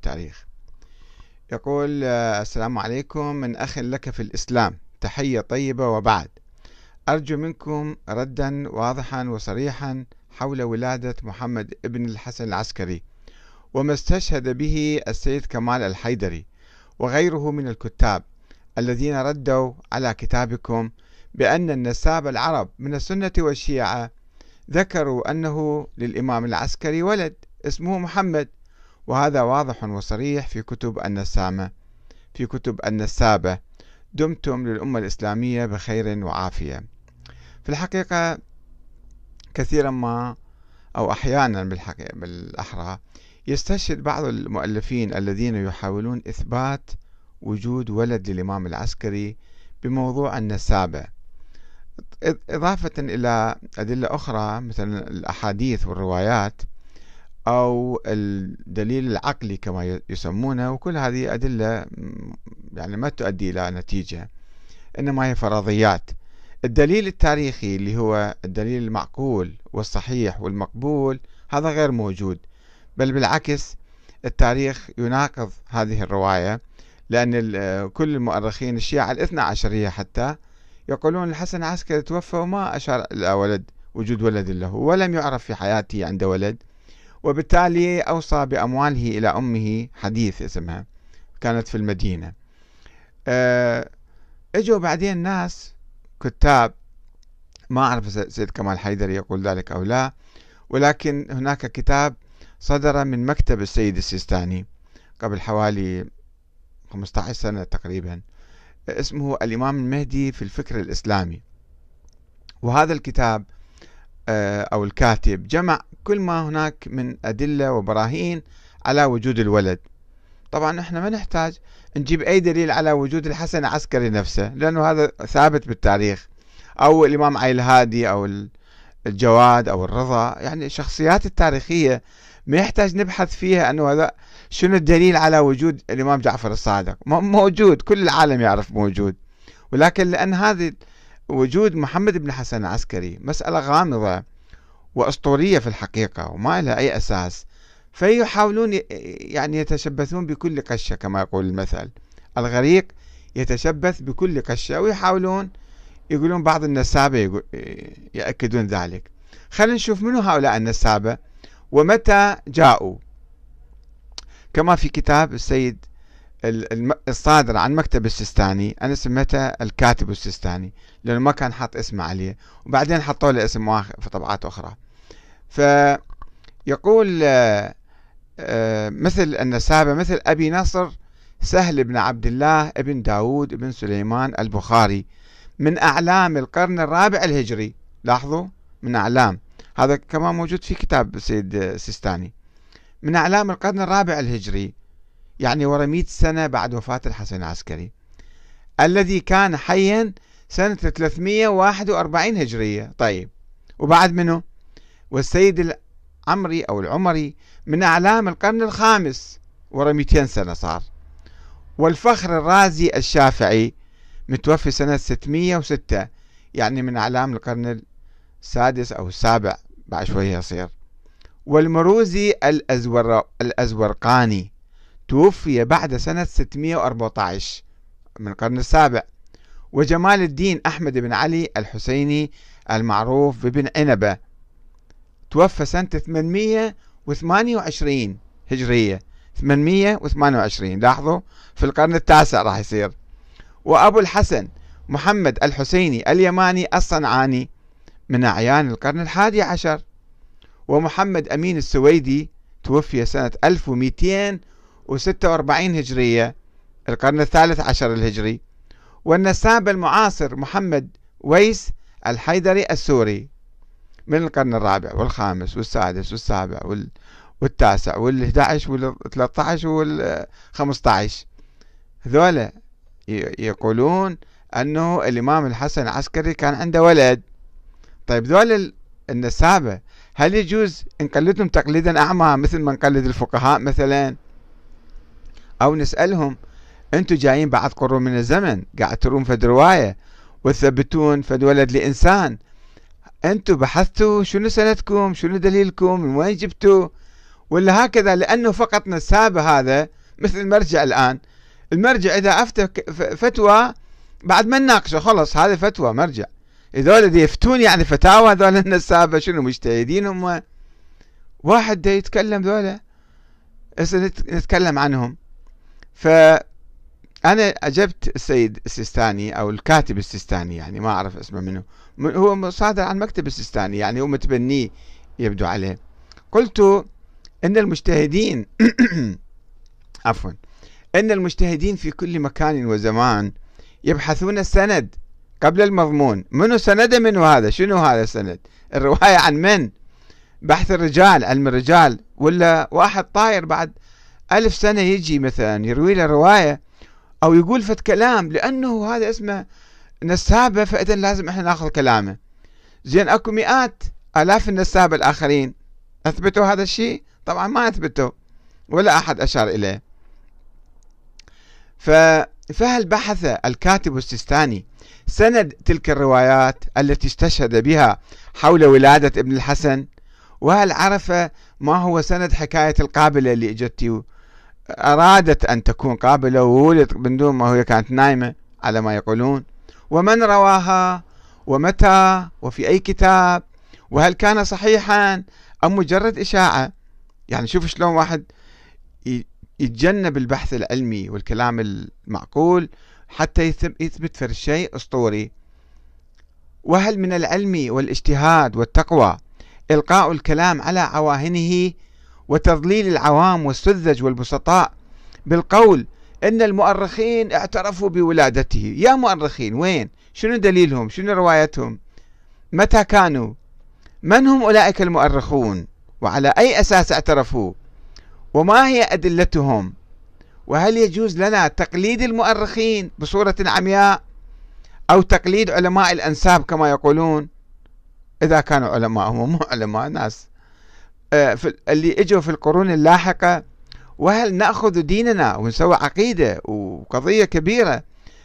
والتاريخ. يقول السلام عليكم من أخ لك في الإسلام، تحية طيبة وبعد. أرجو منكم ردا واضحا وصريحا حول ولادة محمد ابن الحسن العسكري وما استشهد به السيد كمال الحيدري وغيره من الكتاب الذين ردوا على كتابكم بأن النساب العرب من السنة والشيعة ذكروا أنه للإمام العسكري ولد اسمه محمد، وهذا واضح وصريح في كتب النسابة. دمتم للأمة الإسلامية بخير وعافية. في الحقيقة كثيرا ما أو أحيانا بالأحرى يستشهد بعض المؤلفين الذين يحاولون إثبات وجود ولد للإمام العسكري بموضوع النسابة، إضافة إلى أدلة أخرى مثل الأحاديث والروايات أو الدليل العقلي كما يسمونه، وكل هذه أدلة يعني ما تؤدي إلى نتيجة، إنما هي فرضيات. الدليل التاريخي اللي هو الدليل المعقول والصحيح والمقبول هذا غير موجود، بل بالعكس التاريخ يناقض هذه الرواية، لأن كل المؤرخين الشيعة الاثنى عشرية حتى يقولون الحسن العسكري توفى وما أشار إلى وجود ولد له، ولم يعرف في حياته عنده ولد، وبالتالي أوصى بأمواله إلى أمه حديث اسمها كانت في المدينة. اجوا بعدين ناس كتاب، ما أعرف سيد كمال حيدري يقول ذلك أو لا، ولكن هناك كتاب صدر من مكتب السيد السيستاني قبل حوالي 15 سنة تقريبا، اسمه الإمام المهدي في الفكر الإسلامي. وهذا الكتاب أو الكاتب جمع كل ما هناك من أدلة وبراهين على وجود الولد. طبعا احنا ما نحتاج نجيب أي دليل على وجود الحسن العسكري نفسه، لأنه هذا ثابت بالتاريخ، أو الإمام علي الهادي أو الجواد أو الرضا، يعني الشخصيات التاريخية ما يحتاج نبحث فيها أنه هذا شنو الدليل على وجود الإمام جعفر الصادق. موجود، كل العالم يعرف موجود، ولكن لأن هذا وجود محمد بن حسن العسكري مسألة غامضة وأسطورية في الحقيقة وما لها أي أساس، فيحاولون يعني يتشبثون بكل قشة كما يقول المثل، الغريق يتشبث بكل قشة، ويحاولون يقولون بعض النسابة يأكدون ذلك. خلينا نشوف منو هؤلاء النسابة ومتى جاءوا. كما في كتاب السيد الصادر عن مكتب السيستاني، أنا سميته الكاتب السيستاني لأنه ما كان حاط اسمه عليه، وبعدين حطوا له اسم في طبعات أخرى. فيقول مثل النسابة مثل أبي نصر سهل بن عبد الله ابن داود ابن سليمان البخاري من أعلام القرن الرابع الهجري. لاحظوا، من أعلام، هذا كمان موجود في كتاب السيد السيستاني، من أعلام القرن الرابع الهجري، يعني ورا 100 سنة بعد وفاة الحسن العسكري، الذي كان حيا سنة 341 هجرية. طيب، وبعد منه؟ والسيد العمري أو العمري من أعلام القرن الخامس، ورا 200 سنة صار. والفخر الرازي الشافعي متوفي سنة 606، يعني من أعلام القرن السادس أو السابع، بعد شوية يصير. والمروزي الأزورقاني توفي بعد سنة 614 من القرن السابع. وجمال الدين أحمد بن علي الحسيني المعروف بابن عنبة توفى سنة 828 هجرية، 828، لاحظوا في القرن التاسع راح يصير. وأبو الحسن محمد الحسيني اليماني الصنعاني من أعيان القرن الحادي عشر. ومحمد أمين السويدي توفي سنة 1246 هجرية، القرن الثالث عشر الهجري. والنساب المعاصر محمد ويس الحيدري السوري من القرن الرابع والخامس والسادس والسابع والتاسع وال11 وال13 وال15. ذولا يقولون أنه الإمام الحسن العسكري كان عنده ولد. طيب، ذولا النسابة هل يجوز نقلدهم تقليدا أعمى مثل ما نقلد الفقهاء مثلا، أو نسألهم أنتم جايين بعد قرون من الزمن قاعد ترون فد رواية وتثبتون فد ولد لإنسان، أنتم بحثتوا شنو سندكم، شنو دليلكم، من وين جبتوا؟ ولا هكذا، لأنه فقط نسابة. هذا مثل المرجع الآن، المرجع إذا أفتى فتوى بعد ما نناقشه خلص هذا فتوى مرجع. هذول دي يفتون يعني فتاوى، هذول النسابة شنو مجتهدين هم؟ واحد دا يتكلم ذولا هسه نتكلم عنهم. فأنا أجبت السيد السيستاني أو الكاتب السيستاني، يعني ما أعرف اسمه منه، هو صادر عن مكتب السيستاني، يعني هو متبنيه يبدو عليه. قلت إن المجتهدين عفوا، إن المجتهدين في كل مكان وزمان يبحثون السند قبل المضمون. منو سند؟ منو هذا؟ شنو هذا السند؟ الرواية عن من؟ بحث الرجال، علم الرجال، ولا واحد طاير بعد 1000 سنة يجي مثلا يروي له رواية أو يقول فت كلام، لأنه هذا اسمه نسابة، فإذا لازم إحنا نأخذ كلامه. زين أكو مئات آلاف النسابة الآخرين أثبتوا هذا الشيء؟ طبعا ما أثبتوا ولا أحد أشار إليه. فهل بحث الكاتب السيستاني سند تلك الروايات التي استشهد بها حول ولادة ابن الحسن؟ وهل عرف ما هو سند حكاية القابلة اللي اجت أرادت أن تكون قابلة وولد من دون ما هي كانت نايمة على ما يقولون؟ ومن رواها ومتى وفي أي كتاب؟ وهل كان صحيحا أم مجرد إشاعة؟ يعني شوف شلون واحد يتجنب البحث العلمي والكلام المعقول حتى يثبت في الشيء أسطوري. وهل من العلم والاجتهاد والتقوى إلقاء الكلام على عواهنه وتضليل العوام والسذج والبسطاء بالقول إن المؤرخين اعترفوا بولادته؟ يا مؤرخين وين؟ شنو دليلهم؟ شنو روايتهم؟ متى كانوا؟ من هم أولئك المؤرخون؟ وعلى أي أساس اعترفوا؟ وما هي أدلتهم؟ وهل يجوز لنا تقليد المؤرخين بصورة عمياء أو تقليد علماء الأنساب كما يقولون إذا كانوا علماء؟ هم مو علماء، ناس اللي اجوا في القرون اللاحقة. وهل نأخذ ديننا ونسوي عقيدة وقضية كبيرة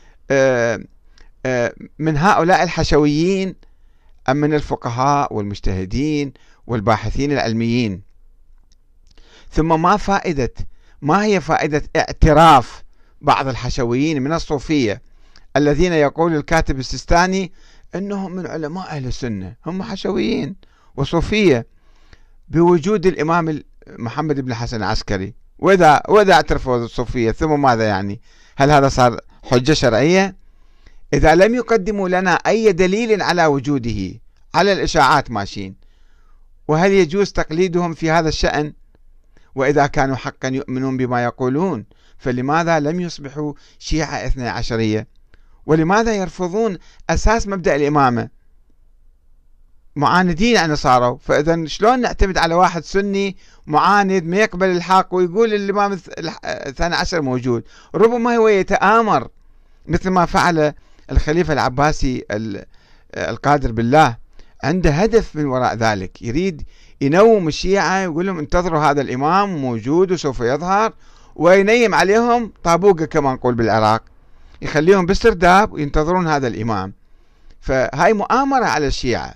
من هؤلاء الحشويين أم من الفقهاء والمجتهدين والباحثين العلميين؟ ثم ما هي فائدة اعتراف بعض الحشويين من الصوفية الذين يقول الكاتب السيستاني أنهم من علماء أهل السنة، هم حشويين وصوفية، بوجود الإمام محمد بن الحسن العسكري؟ وإذا اعترفوا الصوفية ثم ماذا يعني؟ هل هذا صار حجة شرعية؟ إذا لم يقدموا لنا أي دليل على وجوده، على الإشاعات ماشيين. وهل يجوز تقليدهم في هذا الشأن؟ وإذا كانوا حقا يؤمنون بما يقولون فلماذا لم يصبحوا شيعة 12؟ ولماذا يرفضون أساس مبدأ الإمامة؟ معاندين يعني صاروا. فإذا شلون نعتمد على واحد سني معاند ما يقبل الحق ويقول الإمام 12 موجود؟ ربما هو يتآمر مثل ما فعل الخليفة العباسي القادر بالله، عنده هدف من وراء ذلك، يريد ينوم الشيعة، يقول لهم انتظروا هذا الإمام موجود وسوف يظهر، وينيم عليهم طابوقة كما نقول بالعراق، يخليهم بالسرداب وينتظرون هذا الإمام. فهاي مؤامرة على الشيعة.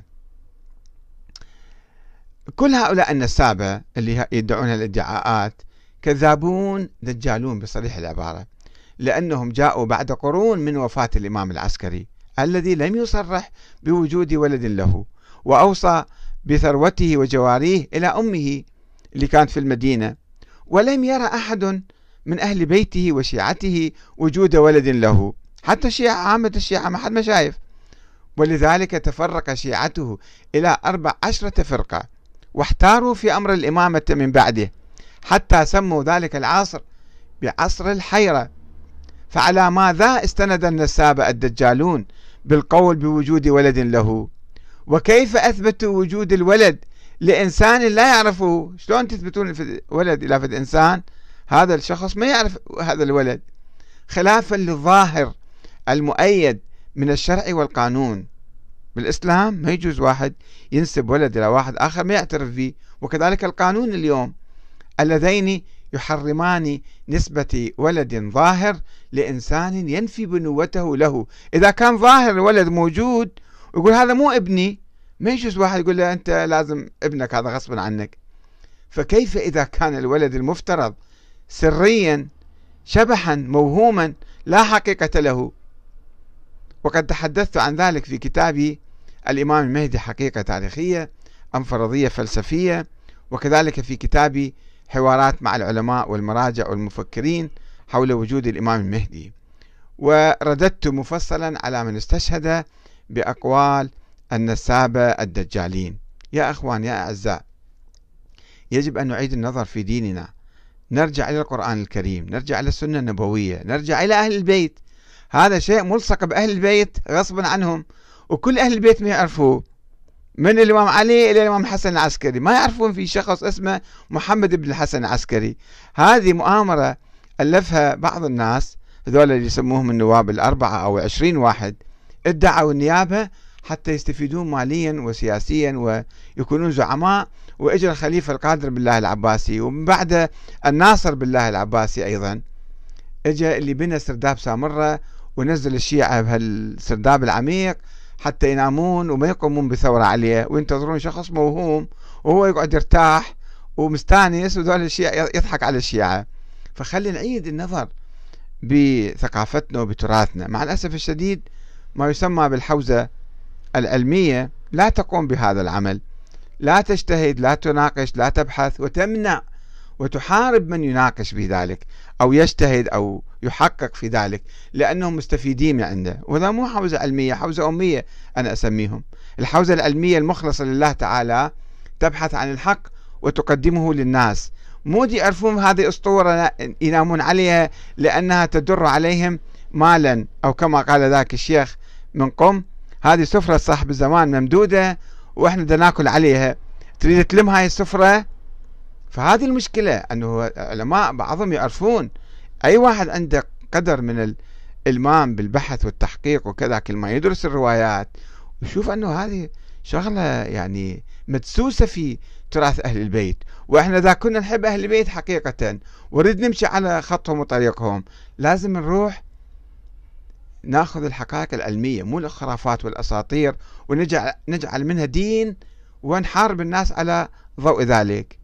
كل هؤلاء النسابة اللي يدعون الادعاءات كذابون دجالون بصريح العبارة، لأنهم جاءوا بعد قرون من وفاة الإمام العسكري الذي لم يصرح بوجود ولد له، وأوصى بثروته وجواريه إلى أمه اللي كانت في المدينة، ولم يرى أحد من أهل بيته وشيعته وجود ولد له، حتى الشيعة عامة الشيعة ما حد ما شايف. ولذلك تفرق شيعته إلى 14 فرقة، واحتاروا في أمر الإمامة من بعده، حتى سموا ذلك العصر بعصر الحيرة. فعلى ماذا استند النسابة الدجالون بالقول بوجود ولد له؟ وكيف أثبتوا وجود الولد لإنسان لا يعرفه؟ شلون تثبتون ولد إلى فد إنسان هذا الشخص ما يعرف هذا الولد؟ خلافا للظاهر المؤيد من الشرع والقانون. بالإسلام ما يجوز واحد ينسب ولد إلى واحد آخر ما يعترف به، وكذلك القانون اليوم، اللذين يحرمان نسبة ولد ظاهر لإنسان ينفي بنوته له. إذا كان ظاهر الولد موجود ويقول هذا مو ابني، ما يجوز واحد يقول له أنت لازم ابنك هذا غصبا عنك. فكيف إذا كان الولد المفترض سريا شبحا موهوما لا حقيقة له؟ وقد تحدثت عن ذلك في كتابي الإمام المهدي حقيقة تاريخية أم فرضية فلسفية، وكذلك في كتابي حوارات مع العلماء والمراجع والمفكرين حول وجود الإمام المهدي، ورددت مفصلا على من استشهد بأقوال النسابة الدجالين. يا أخوان يا أعزاء، يجب أن نعيد النظر في ديننا، نرجع إلى القرآن الكريم، نرجع إلى السنة النبوية، نرجع إلى أهل البيت. هذا شيء ملصق بأهل البيت غصبا عنهم، وكل أهل البيت ما يعرفوه، من الإمام علي إلى الإمام الحسن العسكري ما يعرفون في شخص اسمه محمد بن الحسن العسكري. هذه مؤامرة ألفها بعض الناس، هذول اللي يسموهم النواب الأربعة أو 20 واحد، ادعوا النيابة حتى يستفيدون ماليا وسياسيا ويكونون زعماء. وإجا الخليفة القادر بالله العباسي، ومن بعده الناصر بالله العباسي أيضا، إجا اللي بنى سرداب سامرة ونزل الشيعة بهالسرداب العميق حتى ينامون وما يقومون بثورة عليه، وينتظرون شخص موهوم وهو يقعد يرتاح ومستانس، وذول الشيعة يضحك على الشيعة. فخلي نعيد النظر بثقافتنا وبتراثنا. مع الأسف الشديد ما يسمى بالحوزة العلمية لا تقوم بهذا العمل، لا تجتهد، لا تناقش، لا تبحث، وتمنع وتحارب من يناقش في ذلك أو يجتهد أو يحقق في ذلك، لأنهم مستفيدين من عنده. وهذا مو حوزة علمية، حوزة أمية أنا أسميهم. الحوزة العلمية المخلصة لله تعالى تبحث عن الحق وتقدمه للناس، مو دي يعرفون هذه أسطورة ينامون عليها لأنها تدر عليهم مالا، أو كما قال ذاك الشيخ من قم، هذه سفرة صاحب الزمان ممدودة وإحنا بدنا ناكل عليها، تريد تلم هاي السفرة؟ فهذه المشكلة، أنه العلماء بعضهم يعرفون، أي واحد عنده قدر من الإلمام بالبحث والتحقيق وكذا، كل ما يدرس الروايات ويشوف أنه هذه شغلة يعني مدسوسة في تراث أهل البيت، وإحنا إذا كنا نحب أهل البيت حقيقة ونريد نمشي على خطهم وطريقهم، لازم نروح ناخذ الحقائق العلمية، مو الخرافات والأساطير، ونجعل منها دين ونحارب الناس على ضوء ذلك.